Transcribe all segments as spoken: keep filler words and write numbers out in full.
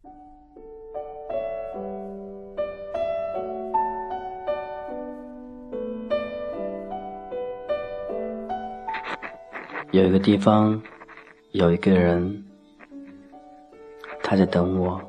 有一个地方，有一个人，他在等我，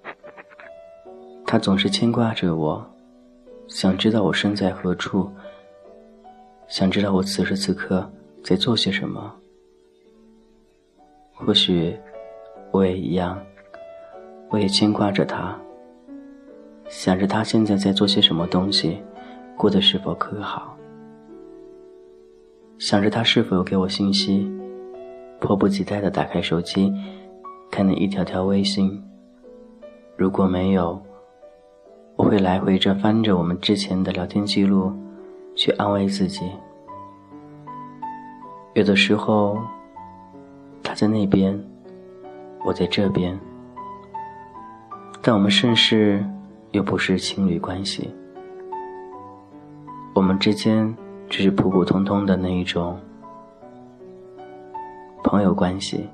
他总是牵挂着我，想知道我身在何处，想知道我此时此刻在做些什么。或许我也一样，我也牵挂着他，想着他现在在做些什么东西，过得是否可好，想着他是否有给我信息，迫不及待地打开手机，看那一条条微信。如果没有，我会来回着翻着我们之前的聊天记录，去安慰自己。有的时候，他在那边，我在这边，但我们甚是又不是情侣关系，我们之间只是普普通通的那一种朋友关系，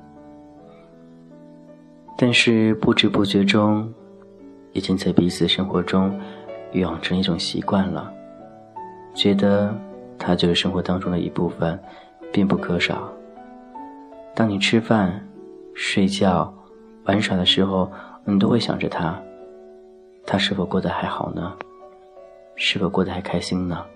但是不知不觉中已经在彼此生活中养成一种习惯了，觉得它就是生活当中的一部分，必不可少。当你吃饭、睡觉、玩耍的时候，你都会想着他，他是否过得还好呢？是否过得还开心呢？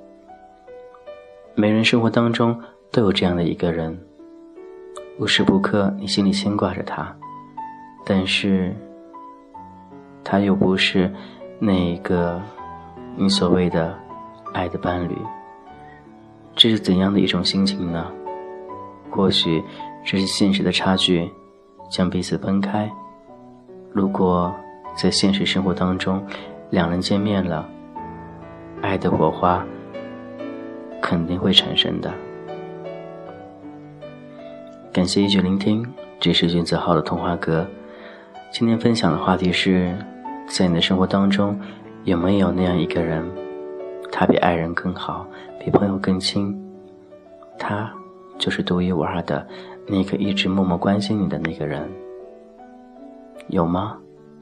每人生活当中都有这样的一个人，无时不刻你心里牵挂着他，但是他又不是那个你所谓的爱的伴侣。这是怎样的一种心情呢？或许这是现实的差距将彼此分开。如果在现实生活当中两人见面了，爱的火花肯定会产生的。感谢一句聆听，这是君子号的童话阁。今天分享的话题是，在你的生活当中有没有那样一个人，他比爱人更好，比朋友更亲，他就是独一无二的那个一直默默关心你的那个人，有吗？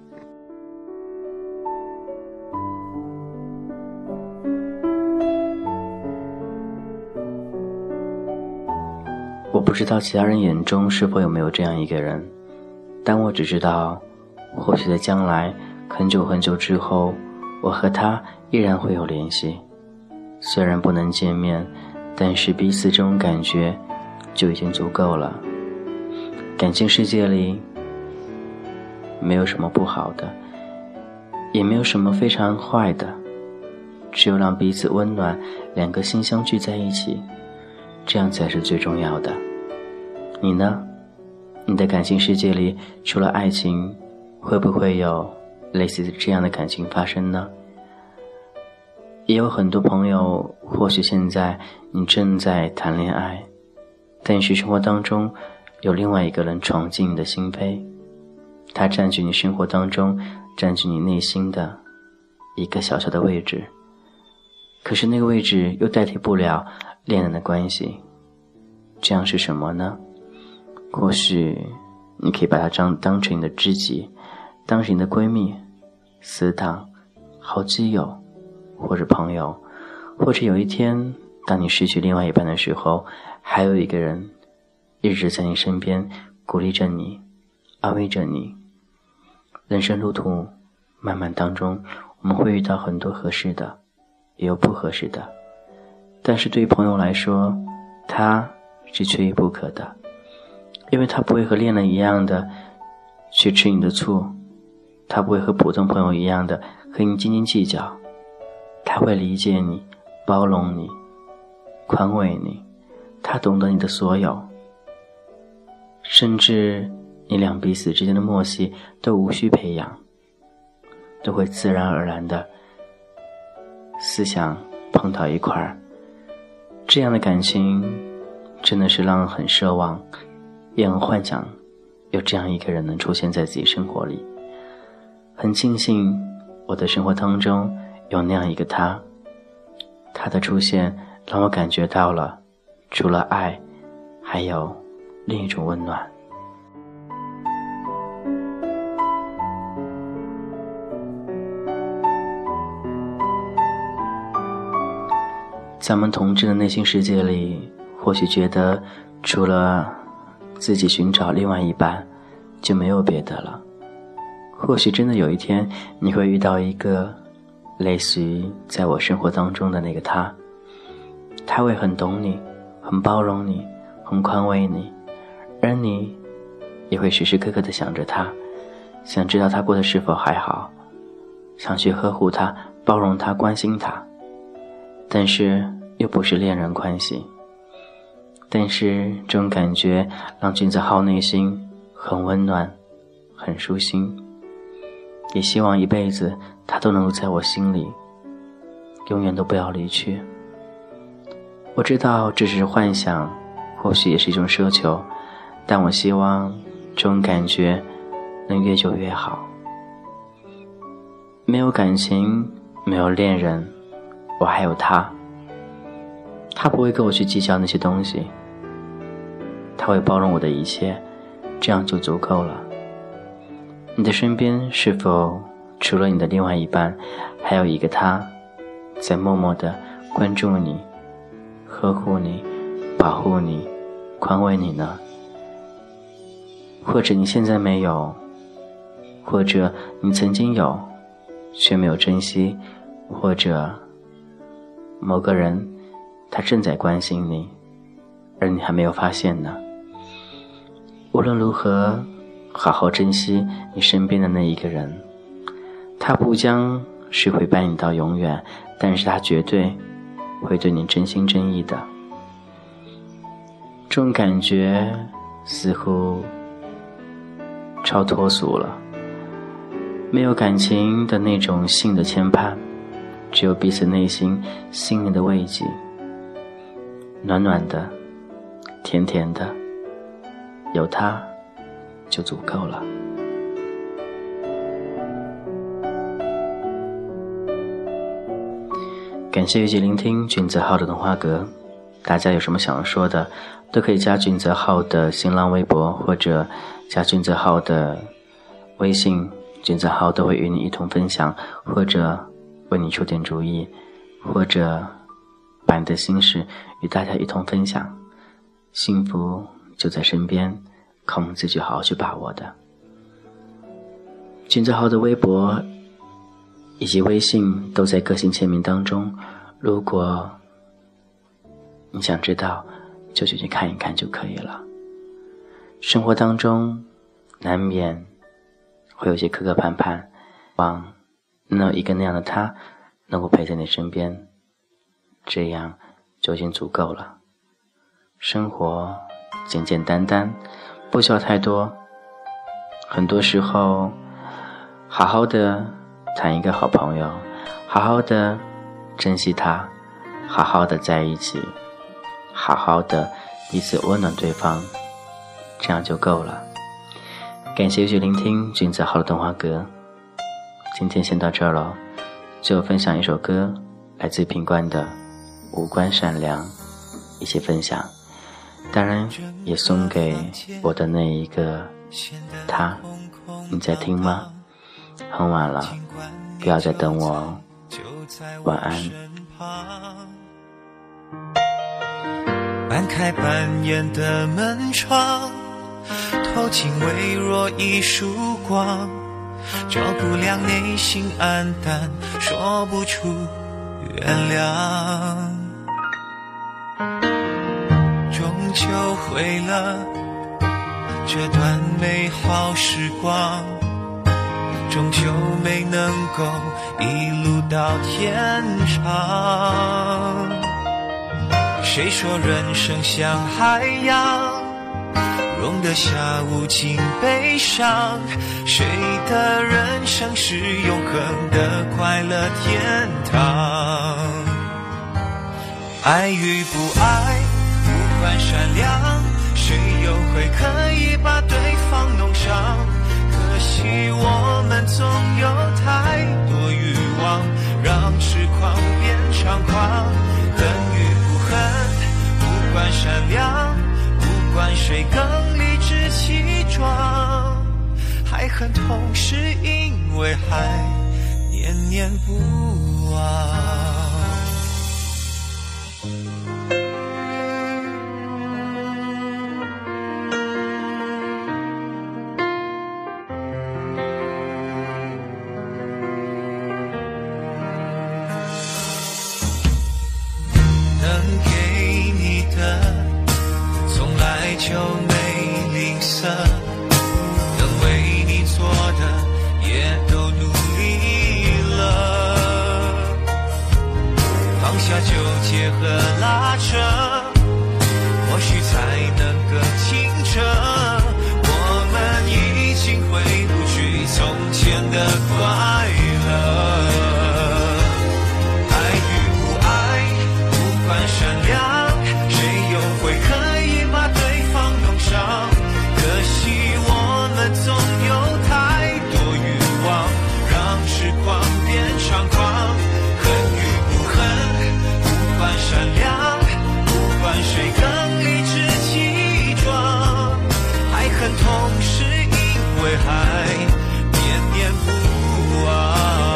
我不知道其他人眼中是否有没有这样一个人，但我只知道，或许在将来很久很久之后，我和他依然会有联系。虽然不能见面，但是彼此这种感觉就已经足够了。感情世界里没有什么不好的，也没有什么非常坏的，只有让彼此温暖，两个心相聚在一起，这样才是最重要的。你呢？你的感情世界里除了爱情，会不会有类似这样的感情发生呢？也有很多朋友，或许现在你正在谈恋爱，但是生活当中有另外一个人闯进你的心扉，他占据你生活当中，占据你内心的一个小小的位置，可是那个位置又代替不了恋人的关系。这样是什么呢？或许你可以把它当当成你的知己，当成你的闺蜜、死党、好基友，或者朋友，或者有一天当你失去另外一半的时候，还有一个人一直在你身边，鼓励着你，安慰着你。人生路途漫漫当中，我们会遇到很多合适的，也有不合适的，但是对于朋友来说，他是缺一不可的，因为他不会和恋人一样的去吃你的醋，他不会和普通朋友一样的和你斤斤计较，他会理解你，包容你，宽慰你，他懂得你的所有，甚至你俩彼此之间的默契都无需培养，都会自然而然的思想碰到一块儿。这样的感情真的是让人很奢望，也很幻想有这样一个人能出现在自己生活里。很庆幸我的生活当中有那样一个他，他的出现让我感觉到了除了爱，还有另一种温暖。 在我们同志的内心世界里，或许觉得除了自己寻找另外一半就没有别的了。或许真的有一天你会遇到一个类似于在我生活当中的那个他，他会很懂你，很包容你，很宽慰你，而你也会时时刻刻地想着他，想知道他过得是否还好，想去呵护他，包容他，关心他。但是又不是恋人关系，但是这种感觉让君子浩内心很温暖，很舒心。也希望一辈子他都能够在我心里，永远都不要离去。我知道这只是幻想，或许也是一种奢求，但我希望这种感觉能越久越好。没有感情，没有恋人，我还有他。他不会跟我去计较那些东西，他会包容我的一切，这样就足够了。你的身边是否除了你的另外一半，还有一个他在默默地关注你，呵护你，保护你，宽慰你呢？或者你现在没有，或者你曾经有却没有珍惜，或者某个人他正在关心你，而你还没有发现呢？无论如何，好好珍惜你身边的那一个人，他不将是会伴你到永远，但是他绝对会对你真心真意的。这种感觉似乎超脱俗了，没有感情的那种性的牵绊，只有彼此内心心灵的慰藉，暖暖的，甜甜的，有他就足够了。感谢一起聆听君子浩的童话阁，大家有什么想说的都可以加君子浩的新浪微博，或者加君子浩的微信，君子浩都会与你一同分享，或者为你出点主意，或者把你的心事与大家一同分享。幸福就在身边，靠我们自己好好去把握的。君子浩的微博以及微信都在个性签名当中，如果你想知道就去去看一看就可以了。生活当中难免会有些磕磕绊绊，望能有一个那样的他能够陪在你身边，这样就已经足够了。生活简简单单，不需要太多，很多时候好好的谈一个好朋友，好好的珍惜他，好好的在一起，好好的彼此温暖对方，这样就够了。感谢去聆听君子浩的童话阁，今天先到这儿了，就分享一首歌，来自品冠的无关善良，一起分享，当然也送给我的那一个他。你在听吗？很晚了，不要再等我哦，晚安。 半开半掩的门窗，透进微弱一束光，照不亮内心黯淡，说不出原谅。终究毁了这段美好时光，终究没能够一路到天长。谁说人生像海洋，容得下无尽悲伤？谁的人生是永恒的快乐天堂？爱与不爱无关善良，谁又会刻意把对方弄伤？可惜我们总有太多欲望，让痴狂变猖狂。恨与不恨无关善良，无关谁更理直气壮。还恨痛是因为还念念不忘。 和拉扯，或许才能更清澈。我们已经回不去从前的快乐。爱与不爱，不管善良，谁又会刻意把对方弄伤？可惜我们总有太多欲望，让时光变猖狂。恨与不恨，不管善良，不管谁更理直气壮。爱恨同时因为爱念念不忘，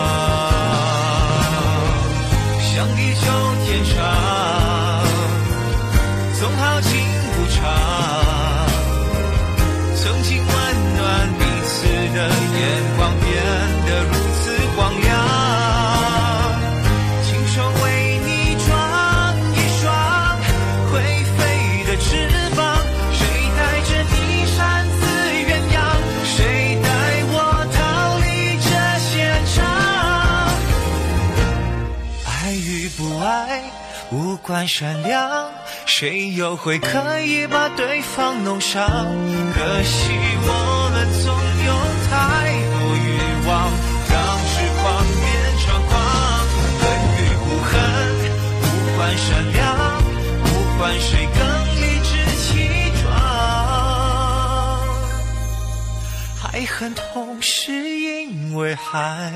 像地久天长，总好景不长。曾经温暖彼此的眼光变得如此光亮，亲手为你装一双会飞的翅膀。谁带着你擅自远扬？谁带我逃离这现场？爱与不爱，无关善良，谁又会刻意把对方弄伤？可惜我们总有太多欲望，让时光变猖狂。恨与不恨，无关善良，不管谁更理直气壮。爱恨同时因为爱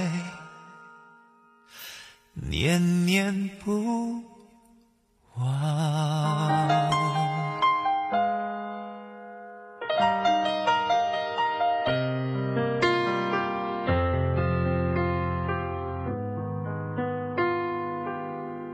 念念不忘。